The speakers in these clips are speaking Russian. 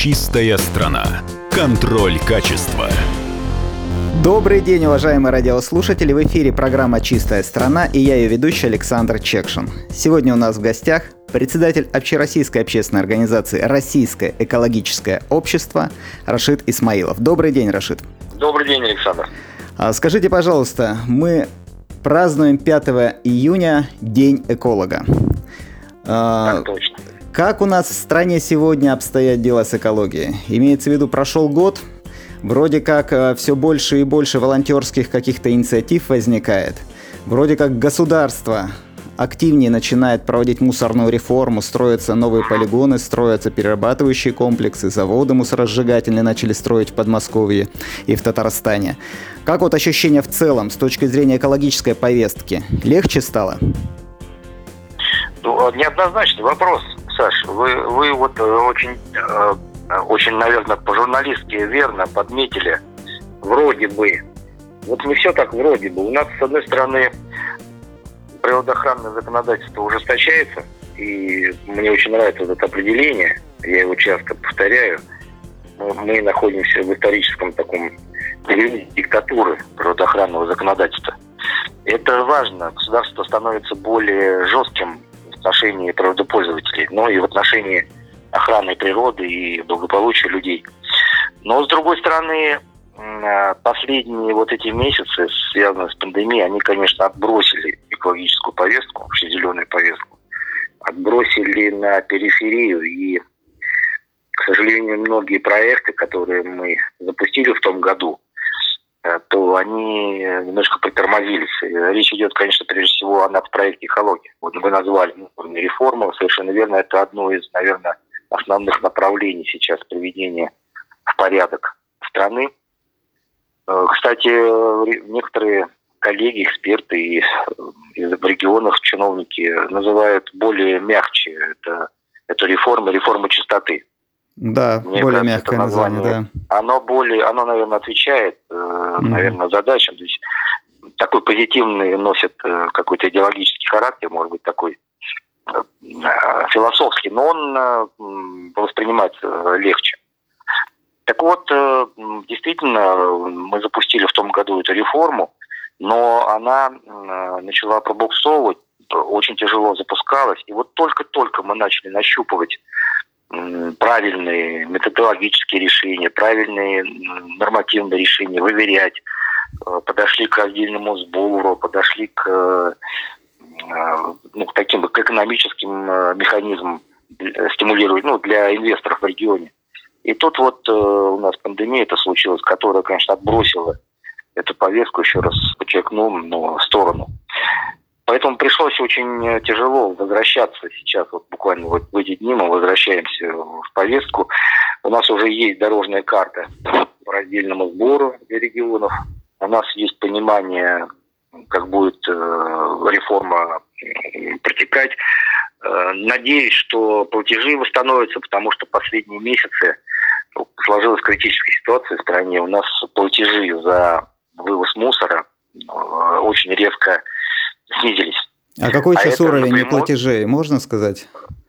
Чистая страна. Контроль качества. Добрый день, уважаемые радиослушатели! В эфире программа «Чистая страна» и я ее ведущий Александр Чекшин. Сегодня у нас в гостях председатель общероссийской общественной организации «Российское экологическое общество» Рашид Исмаилов. Добрый день, Рашид. Добрый день, Александр. Скажите, пожалуйста, мы празднуем 5 июня День эколога. Так точно. Как у нас в стране сегодня обстоят дела с экологией? Имеется в виду, прошел год, вроде как все больше и больше волонтерских каких-то инициатив возникает. Вроде как государство активнее начинает проводить мусорную реформу, строятся новые полигоны, строятся перерабатывающие комплексы, заводы мусоросжигательные начали строить в Подмосковье и в Татарстане. Как вот ощущения в целом с точки зрения экологической повестки? Легче стало? Неоднозначный вопрос, Саш. Вы вот очень, наверное, по-журналистски верно подметили. Вроде бы. Вот не все так вроде бы. У нас, с одной стороны, природоохранное законодательство ужесточается, и мне очень нравится это определение, я его часто повторяю. Мы находимся в историческом таком периоде диктатуры природоохранного законодательства. Это важно. Государство становится более жестким в отношении природопользователей, но и в отношении охраны природы и благополучия людей. Но, с другой стороны, последние вот эти месяцы, связанные с пандемией, они, конечно, отбросили экологическую повестку, вообще зеленую повестку, отбросили на периферию. И, к сожалению, многие проекты, которые мы запустили в том году, то они немножко притормозились. Речь идет, конечно, прежде всего о нацпроекте экологии. Вот вы назвали реформу, совершенно верно, это одно из, наверное, основных направлений сейчас приведения в порядок страны. Кстати, некоторые коллеги, эксперты из регионов, чиновники называют более мягче эту реформу чистоты. Да, мне более кажется, мягкое название, да. Оно, наверное, отвечает, наверное, задачам. То есть такой позитивный носит какой-то идеологический характер, может быть, такой философский, но он воспринимается легче. Так вот, действительно, мы запустили в том году эту реформу, но она начала пробуксовывать, очень тяжело запускалась. И вот только-только мы начали нащупывать правильные методологические решения, правильные нормативные решения, выверять, подошли к раздельному сбору, подошли к таким к экономическим механизмам стимулировать, для инвесторов в регионе. И тут вот у нас пандемия это случилась, которая, конечно, отбросила эту повестку, еще раз подчеркну, в сторону. Поэтому пришлось очень тяжело возвращаться сейчас, вот буквально вот в эти дни мы возвращаемся в повестку. У нас уже есть дорожная карта по раздельному сбору для регионов. У нас есть понимание, как будет реформа протекать. Надеюсь, что платежи восстановятся, потому что последние месяцы сложилась критическая ситуация в стране. У нас платежи за вывоз мусора очень резко снизились. А какой сейчас уровень неплатежей, можно сказать?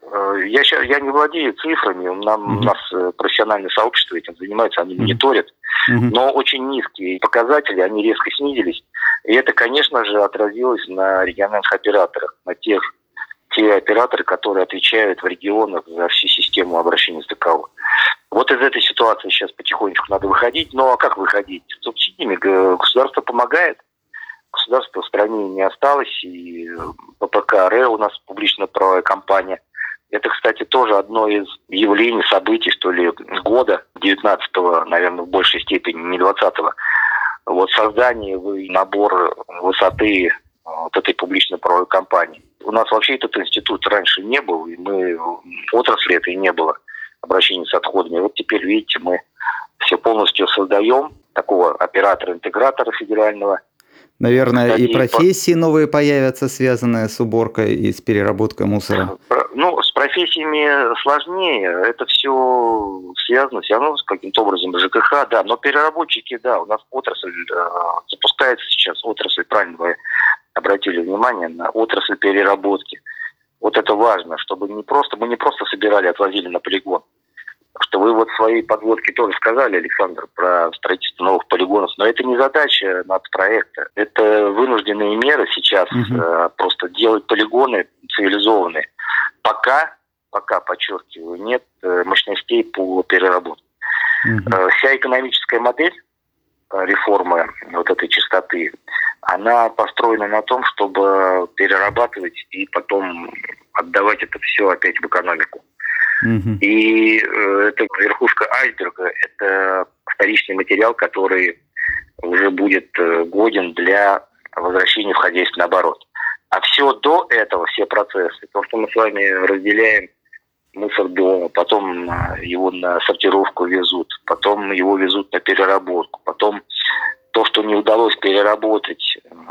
Я не владею цифрами, у нас профессиональное сообщество этим занимается, они мониторят, но очень низкие показатели, они резко снизились. И это, конечно же, отразилось на региональных операторах, на те операторы, которые отвечают в регионах за всю систему обращения с ТКО. Вот из этой ситуации сейчас потихонечку надо выходить. Ну а как выходить? Субсидиями государство помогает. Государства в стране не осталось. И ППК РЭ у нас публично-правовая компания. Это, кстати, тоже одно из явлений, событий, что ли, года, 19-го, наверное, в большей степени, не 20-го. Вот создание и набор высоты вот этой публично-правовой компании. У нас вообще этот институт раньше не был, и отрасли этой не было, обращения с отходами. Вот теперь, видите, мы все полностью создаем такого оператора-интегратора федерального. Наверное, кстати, и профессии новые появятся, связанные с уборкой и с переработкой мусора. С профессиями сложнее. Это все связано все равно с каким-то образом с ЖКХ, да. Но переработчики, да, у нас отрасль запускается сейчас, отрасль, правильно вы обратили внимание, на отрасль переработки. Вот это важно, чтобы мы не просто собирали, отвозили на полигон, что Вы вот в своей подводке тоже сказали, Александр, про строительство новых полигонов, но это не задача нацпроекта. Это вынужденные меры сейчас, просто делать полигоны цивилизованные. Пока, подчеркиваю, нет мощностей по переработке. Вся экономическая модель реформы вот этой частоты, она построена на том, чтобы перерабатывать и потом отдавать это все опять в экономику. И это верхушка айсберга, это вторичный материал, который уже будет годен для возвращения в хозяйственный оборот. А все до этого, все процессы, то, что мы с вами разделяем мусор дома, потом его на сортировку везут, потом его везут на переработку, потом то, что не удалось переработать,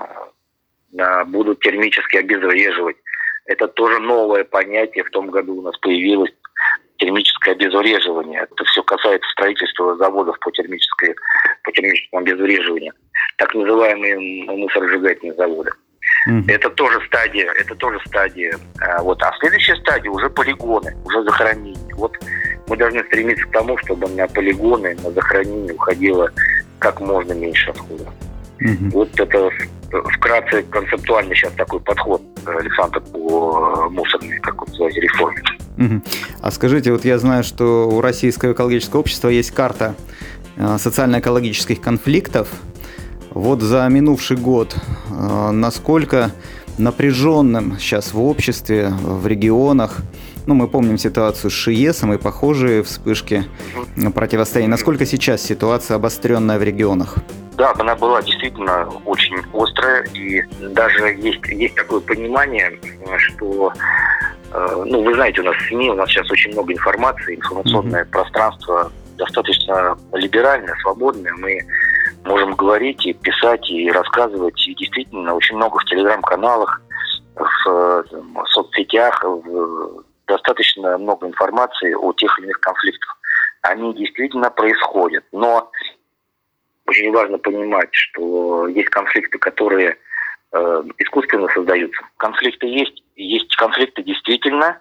будут термически обезвреживать. Это тоже новое понятие, в том году у нас появилось термическое обезвреживание. Это все касается строительства заводов по термическому обезвреживанию. Так называемые мусоросжигательные заводы. Это тоже стадия. Вот. А следующая стадия уже полигоны, уже захоронение. Вот мы должны стремиться к тому, чтобы на полигоны, на захоронение уходило как можно меньше отходов. Вот это вкратце концептуально сейчас такой подход, Александр, по мусорной, как вы называете, реформе. А скажите, вот я знаю, что у Российского экологического общества есть карта социально-экологических конфликтов. Вот за минувший год насколько напряженным сейчас в обществе, в регионах, мы помним ситуацию с ШИЭСом и похожие вспышки противостояния. Насколько сейчас ситуация обостренная в регионах? Да, она была действительно очень острая, и даже есть такое понимание, что, вы знаете, у нас в СМИ, у нас сейчас очень много информации, информационное пространство достаточно либеральное, свободное, мы можем говорить и писать, и рассказывать, и действительно очень много в телеграм-каналах, в соцсетях, достаточно много информации о тех или иных конфликтах. Они действительно происходят, но очень важно понимать, что есть конфликты, которые искусственно создаются. Конфликты есть конфликты действительно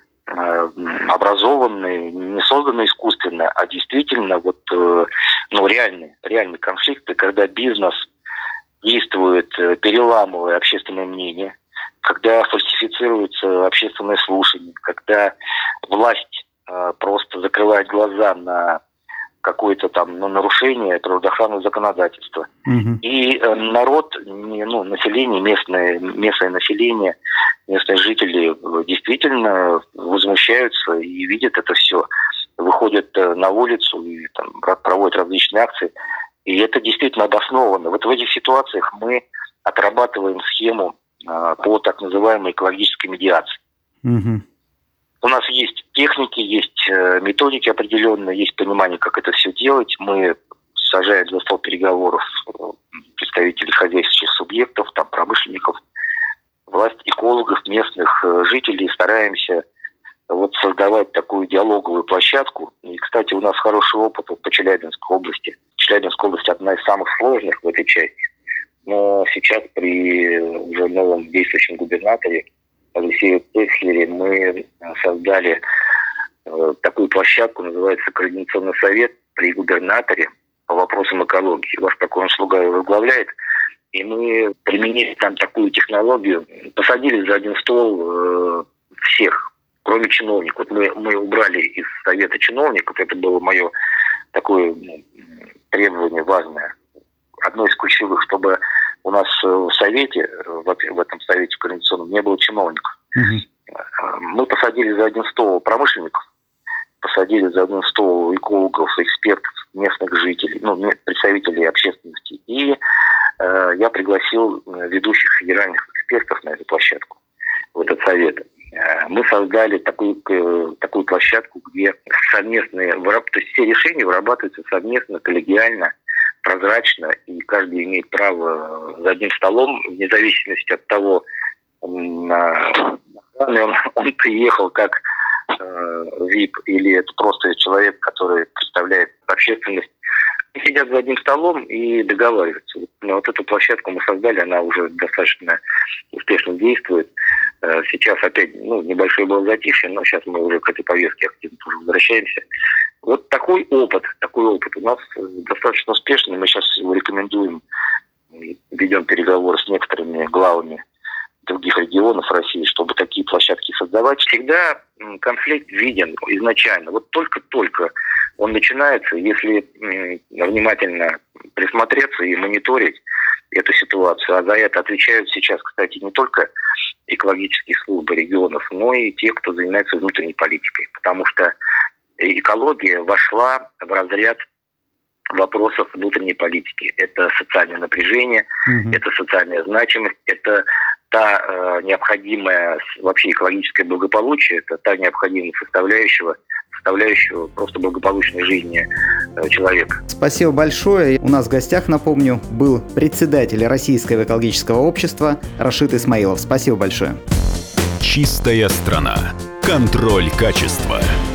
образованные, не созданные искусственно, а действительно реальные конфликты, когда бизнес действует, переламывая общественное мнение, когда фальсифицируется общественное слушание, когда власть просто закрывает глаза на какое-то нарушение природоохранного законодательства. И народ, население, местное население, местные жители действительно возмущаются и видят это все, выходят на улицу и проводят различные акции. И это действительно обосновано. Вот в этих ситуациях мы отрабатываем схему по так называемой экологической медиации. У нас есть техники, есть методики определенные, есть понимание, как это все делать. Мы сажаем за стол переговоров представителей хозяйственных субъектов, промышленников, власть, экологов, местных жителей, стараемся создавать такую диалоговую площадку. И, кстати, у нас хороший опыт по Челябинской области. Челябинская область одна из самых сложных в этой части. Но сейчас при уже новом действующем губернаторе Алексее Цейслере мы создали такую площадку, называется Координационный совет при губернаторе по вопросам экологии. Ваш покойный слуга его возглавляет. И мы применили там такую технологию, посадили за один стол всех, кроме чиновников. Мы убрали из совета чиновников, это было мое такое требование важное. Одно из ключевых, чтобы у нас в совете, в этом совете координационном, не было чиновников. Мы посадили за один стол промышленников, посадили за один стол экологов, экспертов, местных жителей, представителей общественности. И я пригласил ведущих федеральных экспертов на эту площадку, в этот совет. Мы создали такую площадку, где совместные, то есть все решения вырабатываются совместно, коллегиально, прозрачно, и каждый имеет право за одним столом, вне зависимости от того, он приехал как ВИП или это просто человек, который представляет общественность. Они сидят за одним столом и договариваются. Но эту площадку мы создали, она уже достаточно успешно действует. Сейчас опять небольшое было затишье, но сейчас мы уже к этой повестке активно тоже возвращаемся. Вот такой опыт у нас достаточно успешный. Мы сейчас его рекомендуем, ведем переговоры с некоторыми главами других регионов России, чтобы такие площадки создавать. Всегда конфликт виден изначально. Вот только-только он начинается, если внимательно присмотреться и мониторить эту ситуацию. А за это отвечают сейчас, кстати, не только экологические службы регионов, но и те, кто занимается внутренней политикой. Потому что экология вошла в разряд вопросов внутренней политики. Это социальное напряжение, это социальная значимость, это та необходимая вообще экологическое благополучие, это та необходимая составляющая просто благополучной жизни человека. Спасибо большое. У нас в гостях, напомню, был председатель Российского экологического общества Рашид Исмаилов. Спасибо большое. Чистая страна. Контроль качества.